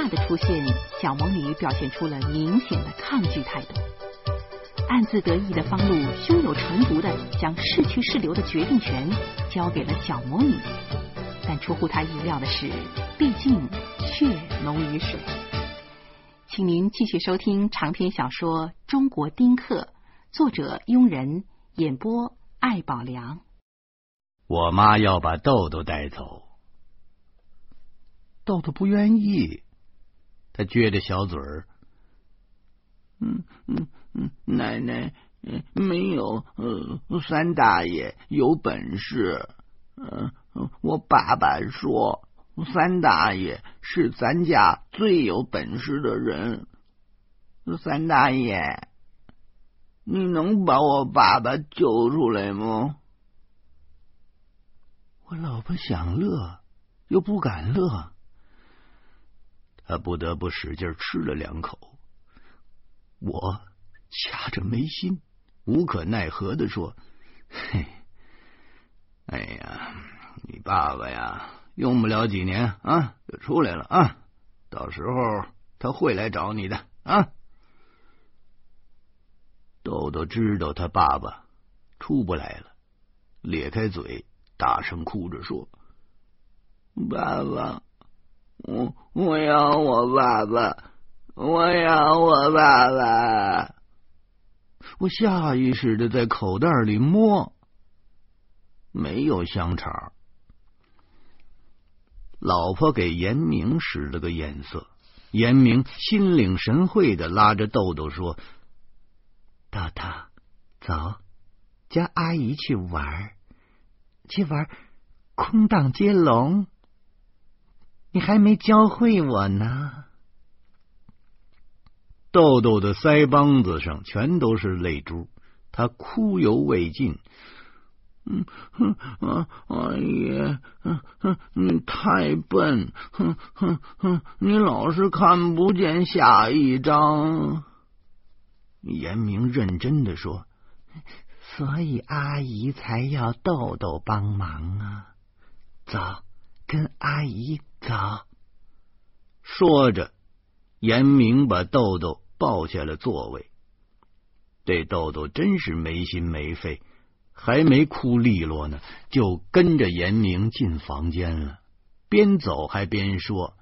爸的出现，小魔女表现出了明显的抗拒态度。暗自得意的方路胸有成竹的将是去是留的决定权交给了小魔女，但出乎他意料的是，毕竟血浓于水。请您继续收听长篇小说《中国丁克》，作者庸人，演播艾宝良。 我妈要把豆豆带走，豆豆不愿意，他撅着小嘴儿。 奶奶没有三大爷有本事。我爸爸说三大爷是咱家最有本事的人。三大爷，你能把我爸爸救出来吗？ 我老婆想乐又不敢乐，他不得不使劲吃了2口。我掐着眉心，无可奈何的说：“嘿，哎呀，你爸爸呀，用不了几年啊，就出来了啊，到时候他会来找你的啊。”豆豆知道他爸爸出不来了，咧开嘴，大声哭着说：“ 爸爸，我要我爸爸，我要我爸爸！” 我下意识的在口袋里摸，没有香肠。老婆给严明使了个眼色，严明心领神会的拉着豆豆说：“豆豆，走，叫阿姨去玩空荡接龙，你还没教会我呢。”豆豆的腮帮子上全都是泪珠，他哭犹未尽。 阿姨，你太笨，你老是看不见下一章。 严明认真的说：“所以阿姨才要豆豆帮忙啊，走，跟阿姨走。”说着，严明把豆豆抱下了座位。这豆豆真是没心没肺，还没哭利落呢，就跟着严明进房间了，边走还边说：“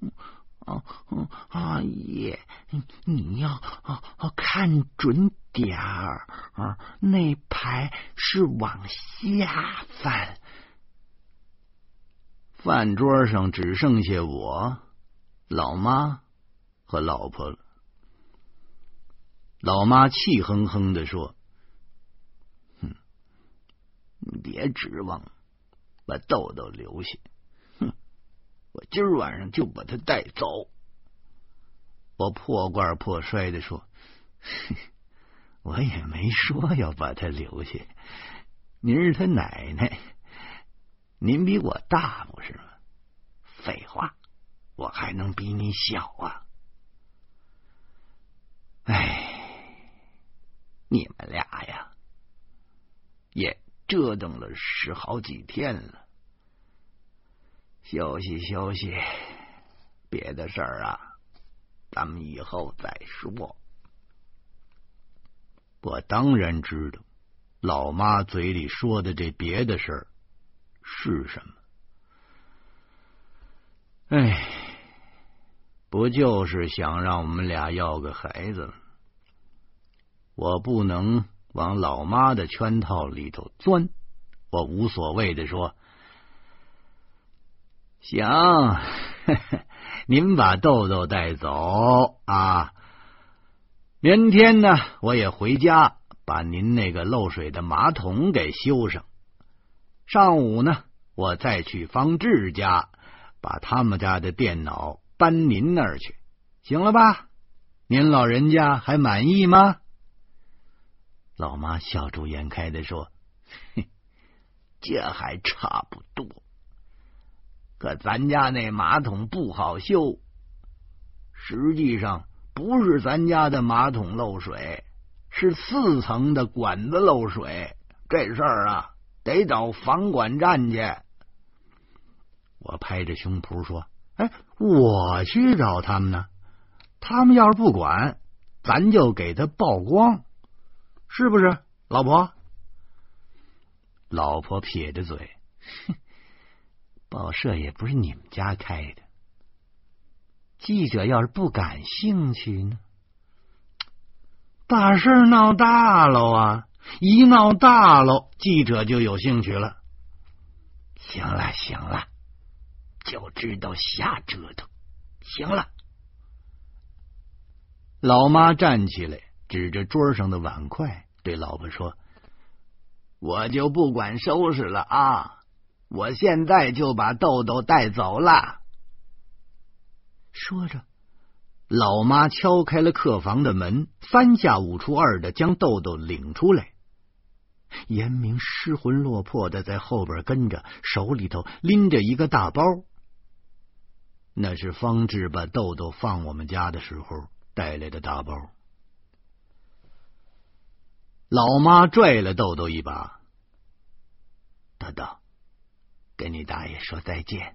阿姨，你要看准点儿，那牌是往下翻。” 饭桌上只剩下我、老妈和老婆了。老妈气哼哼的说：“ 你别指望把豆豆留下，我今儿晚上就把他带走。” 我破罐破摔的说：“我也没说要把他留下，您是他奶奶，您比我大不是吗？废话，我还能比你小啊？哎，你们俩呀，也折腾了10好几天了，休息休息，别的事儿啊，咱们以后再说。”我当然知道老妈嘴里说的这别的事儿是什么。哎，不就是想让我们俩要个孩子吗？我不能往老妈的圈套里头钻，我无所谓的说：“行，您把豆豆带走啊！明天呢，我也回家把您那个漏水的马桶给修上。上午呢，我再去方志家把他们家的电脑搬您那儿去，行了吧？您老人家还满意吗？”老妈笑逐颜开的说：“ 这还差不多，可咱家那马桶不好修，实际上不是咱家的马桶漏水，是4层的管子漏水，这事儿啊得找房管站去。” 我拍着胸脯说：“ 哎，我去找他们呢，他们要是不管，咱就给他曝光，是不是，老婆？老婆撇着嘴，报社也不是你们家开的，记者要是不感兴趣呢？把事闹大了啊！一闹大了，记者就有兴趣了。行了行了，就知道瞎折腾。行了，老妈站起来，指着桌上的碗筷，对老婆说：“我就不管收拾了啊！我现在就把豆豆带走了。”说着，老妈敲开了客房的门，三下五除二的将豆豆领出来。严明失魂落魄的在后边跟着，手里头拎着一个大包，那是方志把豆豆放我们家的时候带来的大包。老妈拽了豆豆一把：“豆豆，跟你大爷说再见。”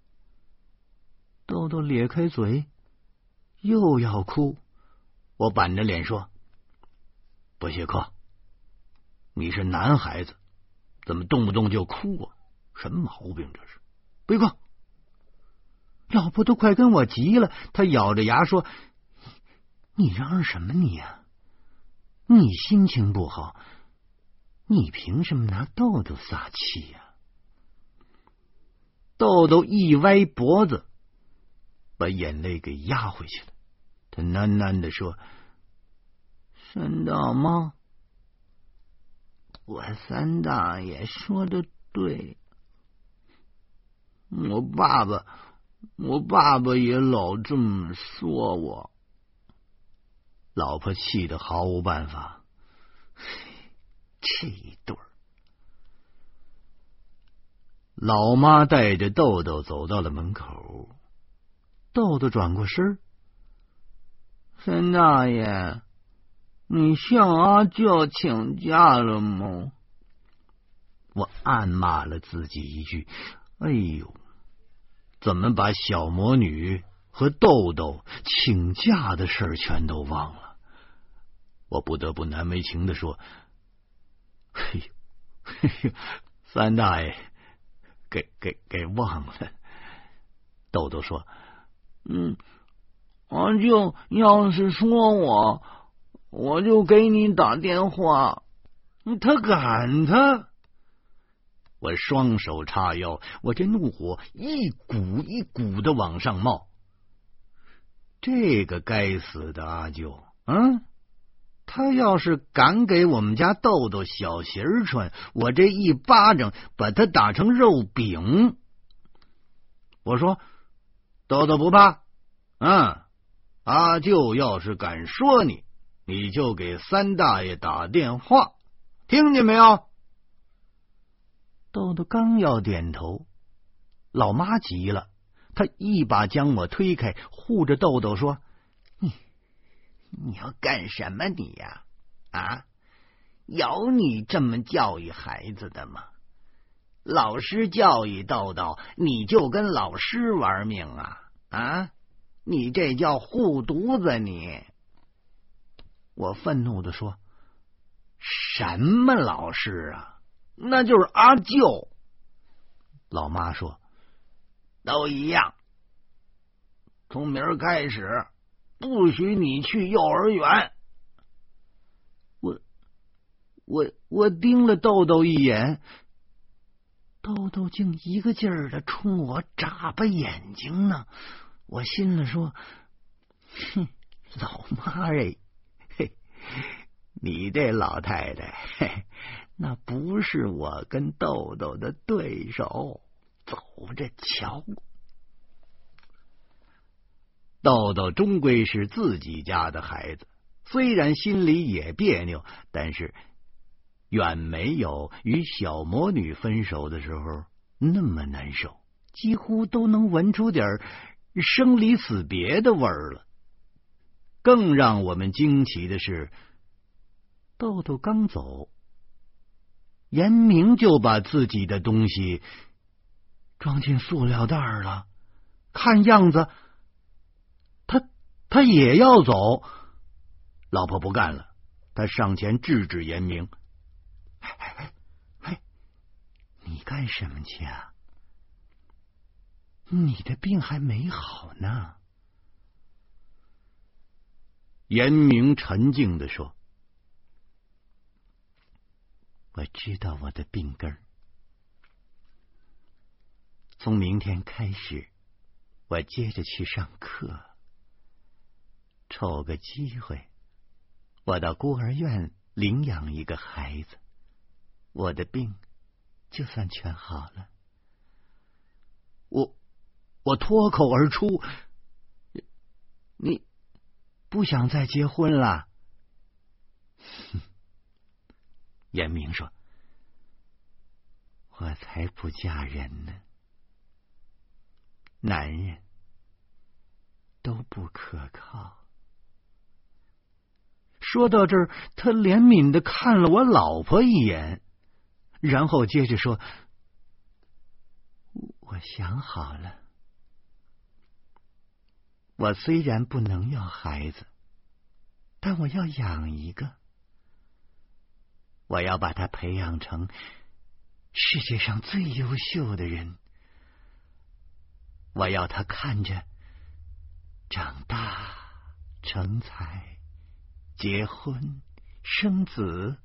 豆豆咧开嘴，又要哭。我板着脸说：“不许哭，你是男孩子，怎么动不动就哭啊？什么毛病这是？别哭！”老婆都快跟我急了，她咬着牙说：“你嚷嚷什么你呀？你心情不好，你凭什么拿豆豆撒气呀？”豆豆一歪脖子，把眼泪给压回去了。他喃喃地说：“三大妈，我三大爷说的对，我爸爸也老这么说我。”老婆气得毫无办法，这一对儿。老妈带着豆豆走到了门口，豆豆转过身：“三大爷，你向阿舅请假了吗？”我暗骂了自己一句：“哎呦，怎么把小魔女和豆豆请假的事全都忘了？”我不得不难为情的说：“嘿呦，三大爷，给忘了。”豆豆说：“阿舅要是说我就给你打电话。”他敢他！我双手叉腰，我这怒火一股一股的往上冒。这个该死的阿舅，他要是敢给我们家豆豆小鞋穿，我这一巴掌把他打成肉饼。我说：“豆豆不怕，阿舅要是敢说你，你就给三大爷打电话，听见没有？”豆豆刚要点头，老妈急了，她一把将我推开，护着豆豆说：“你要干什么你呀？有你这么教育孩子的吗？老师教育豆豆，你就跟老师玩命啊？你这叫护犊子你！”我愤怒的说：“什么老师啊？那就是阿舅。”老妈说：“都一样，从明儿开始不许你去幼儿园。”我盯了豆豆一眼，豆豆竟一个劲儿的冲我眨巴眼睛呢。我心里说：“老妈你这老太太，那不是我跟豆豆的对手，走着瞧。”豆豆终归是自己家的孩子，虽然心里也别扭，但是远没有与小魔女分手的时候那么难受，几乎都能闻出点生离死别的味儿了。更让我们惊奇的是，豆豆刚走，严明就把自己的东西装进塑料袋了， 看样子他也要走。老婆不干了，他上前制止严明：“你干什么去啊？你的病还没好呢。”严明沉静地说：“我知道我的病根儿。从明天开始，我接着去上课。瞅个机会，我到孤儿院领养一个孩子，我的病就算全好了。”我脱口而出：“你不想再结婚了？”严明说：“我才不嫁人呢，男人都不可靠。”说到这儿，他怜悯的看了我老婆一眼，然后接着说：“我想好了，我虽然不能要孩子，但我要养一个。我要把他培养成世界上最优秀的人。我要他看着长大成才，结婚生子。”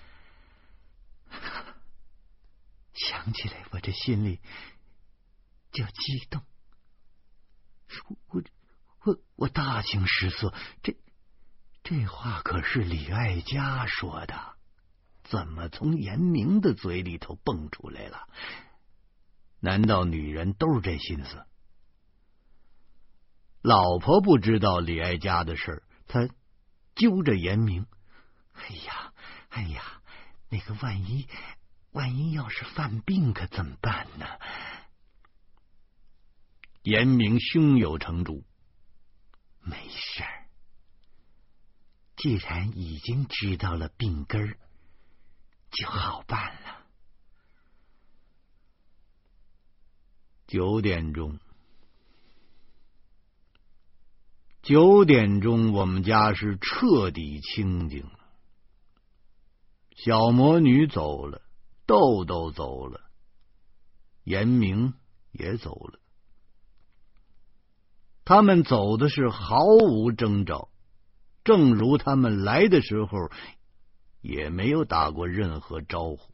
想起来我这心里就激动，我大惊失色，这话可是李爱嘉说的，怎么从严明的嘴里头蹦出来了？难道女人都是这心思？老婆不知道李爱嘉的事，她揪着严明：“哎呀，那个万一要是犯病可怎么办呢？”严明胸有成竹：“没事儿，既然已经知道了病根儿，就好办了。”9点钟，我们家是彻底清静了。小魔女走了，豆豆走了，严明也走了。他们走的是毫无征兆，正如他们来的时候也没有打过任何招呼。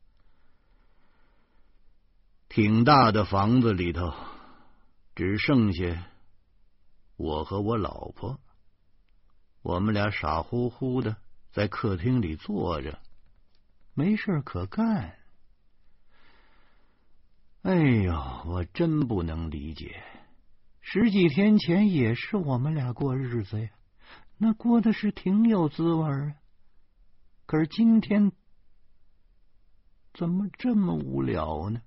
挺大的房子里头，只剩下我和我老婆，我们俩傻乎乎的在客厅里坐着，没事可干。哎呦，我真不能理解，10几天前也是我们俩过日子呀，那过的是挺有滋味啊。可是今天怎么这么无聊呢？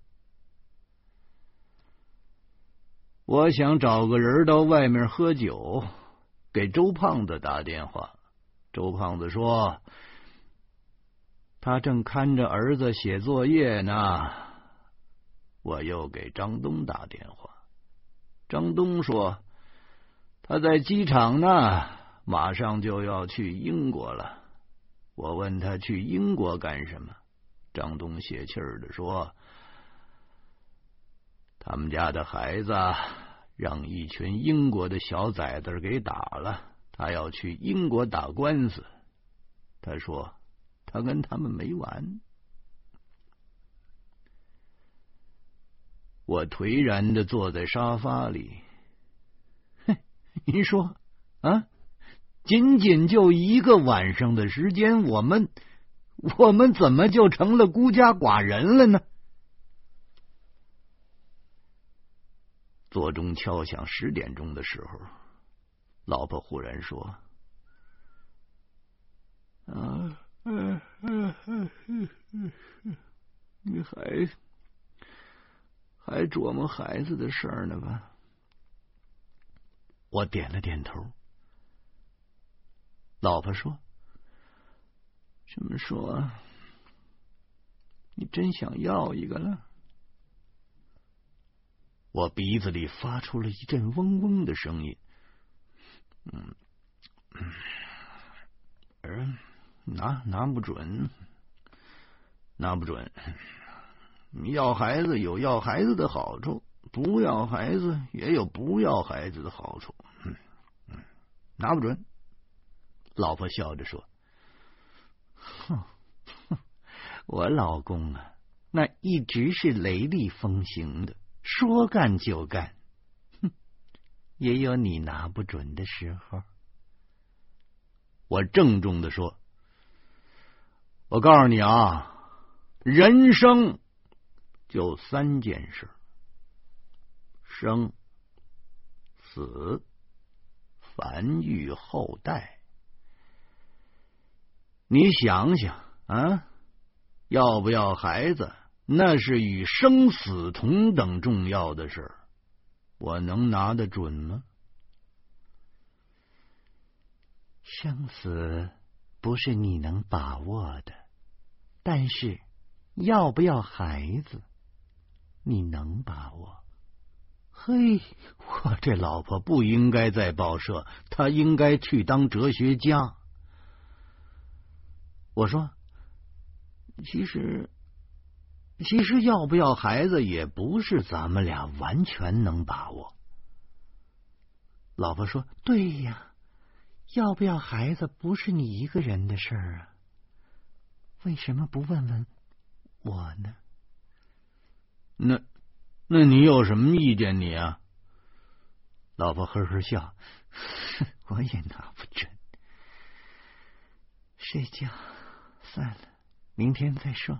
我想找个人到外面喝酒，给周胖子打电话。周胖子说他正看着儿子写作业呢。我又给张东打电话，张东说他在机场呢，马上就要去英国了。我问他去英国干什么，张东泄气儿的说他们家的孩子让一群英国的小崽子给打了，他要去英国打官司。他说他跟他们没完。我颓然的坐在沙发里。您说啊，仅仅就一个晚上的时间，我们怎么就成了孤家寡人了呢？座钟敲响10点钟的时候，老婆忽然说你还琢磨孩子的事儿呢吧？我点了点头。老婆说这么说你真想要一个了？ 我鼻子里发出了一阵嗡嗡的声音。拿不准。要孩子有要孩子的好处，不要孩子也有不要孩子的好处。拿不准。老婆笑着说：“我老公啊，那一直是雷厉风行的，说干就干。也有你拿不准的时候。”我郑重的说：“我告诉你啊，人生就3件事：生、死、繁育后代。你想想啊，要不要孩子，那是与生死同等重要的事，我能拿得准吗？生死不是你能把握的，但是要不要孩子，你能把握。嘿，我这老婆不应该在报社，她应该去当哲学家。我说，其实要不要孩子也不是咱们俩完全能把握。老婆说：“对呀，要不要孩子不是你一个人的事儿啊，为什么不问问我呢？”那你有什么意见你啊？老婆呵呵笑：“我也拿不准。睡觉算了，明天再说。”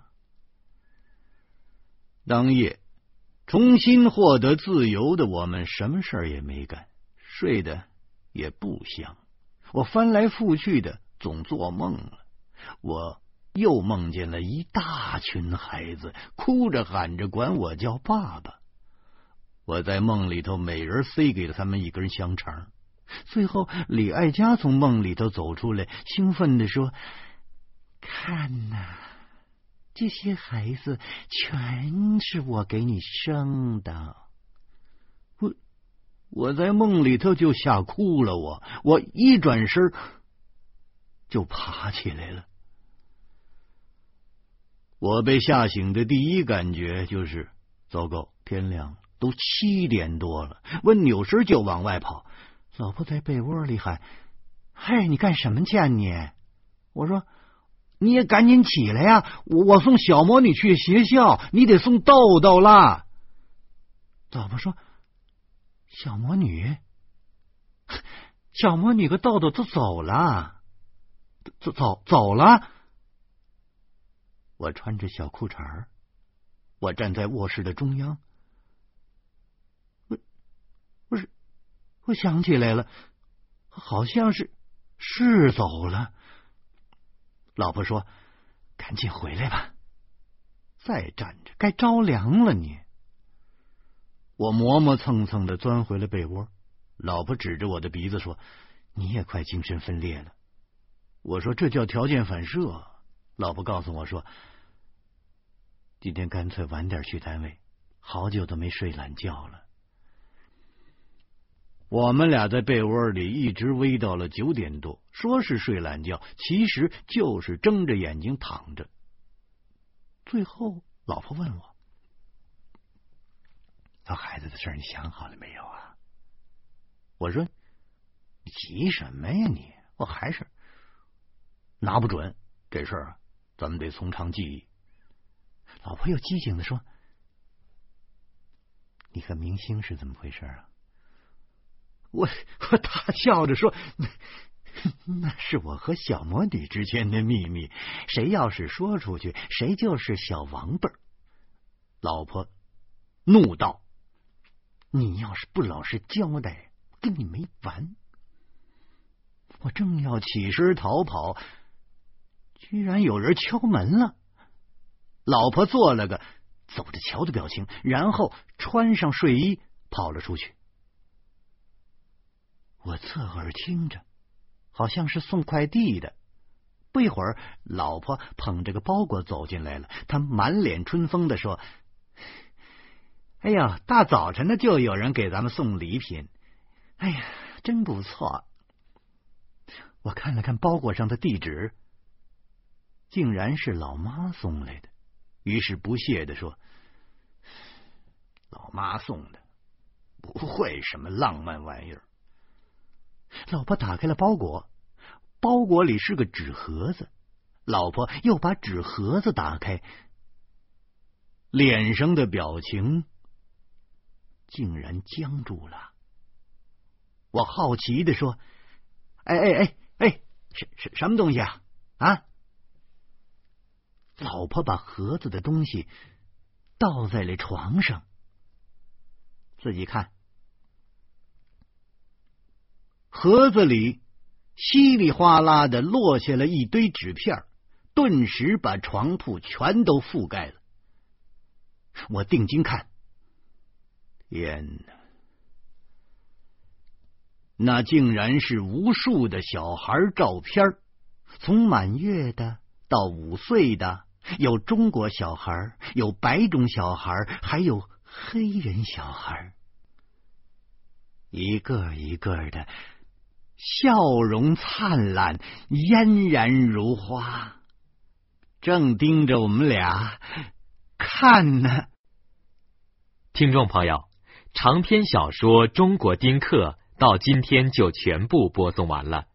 当夜重新获得自由的我们什么事儿也没干，睡得也不香。我翻来覆去的总做梦了，我又梦见了一大群孩子，哭着喊着管我叫爸爸。我在梦里头每人塞给了他们一根香肠。最后李爱佳从梦里头走出来，兴奋地说：“看呐，这些孩子全是我给你生的。”我在梦里头就吓哭了，我一转身就爬起来了。我被吓醒的第一感觉就是糟糕，天亮了，都7点多了。我扭身就往外跑，老婆在被窝里喊：“嗨，你干什么去啊你？”我说：“你也赶紧起来呀，我送小魔女去学校，你得送豆豆啦。”老婆说：“小魔女和豆豆都走了，走了。”我穿着小裤衩，我站在卧室的中央。我想起来了，好像是走了。老婆说：“赶紧回来吧，再站着该着凉了你。”我磨磨蹭蹭的钻回了被窝。老婆指着我的鼻子说：“你也快精神分裂了。”我说：“这叫条件反射。”老婆告诉我说：“今天干脆晚点去单位，好久都没睡懒觉了。”我们俩在被窝里一直围到了9点多，说是睡懒觉，其实就是睁着眼睛躺着。最后老婆问我：“要孩子的事儿你想好了没有啊？”我说：“你急什么呀你？我还是拿不准这事儿啊，咱们得从长计议。”老婆又机警的说：“你和明星是怎么回事啊？”我大笑着说：“那是我和小魔女之间的秘密，谁要是说出去，谁就是小王八。”老婆怒道：“你要是不老实交代，跟你没完！”我正要起身逃跑，居然有人敲门了。老婆做了个走着瞧的表情，然后穿上睡衣跑了出去。我侧耳听着，好像是送快递的。不一会儿，老婆捧着个包裹走进来了，她满脸春风的说：“ 哎呀，大早晨的就有人给咱们送礼品，哎呀，真不错。我看了看包裹上的地址，竟然是老妈送来的，于是不屑地说：“老妈送的，不会什么浪漫玩意儿。”老婆打开了包裹，包裹里是个纸盒子。老婆又把纸盒子打开，脸上的表情竟然僵住了。我好奇地说：“哎，什么东西啊？啊？”老婆把盒子的东西倒在了床上，自己看，盒子里稀里哗啦的落下了一堆纸片，顿时把床铺全都覆盖了。我定睛看，天哪！那竟然是无数的小孩照片，从满月的到5岁的，有中国小孩，有白种小孩，还有黑人小孩，一个一个的笑容灿烂，嫣然如花，正盯着我们俩看呢。 听众朋友，长篇小说《中国丁克》到今天就全部播送完了。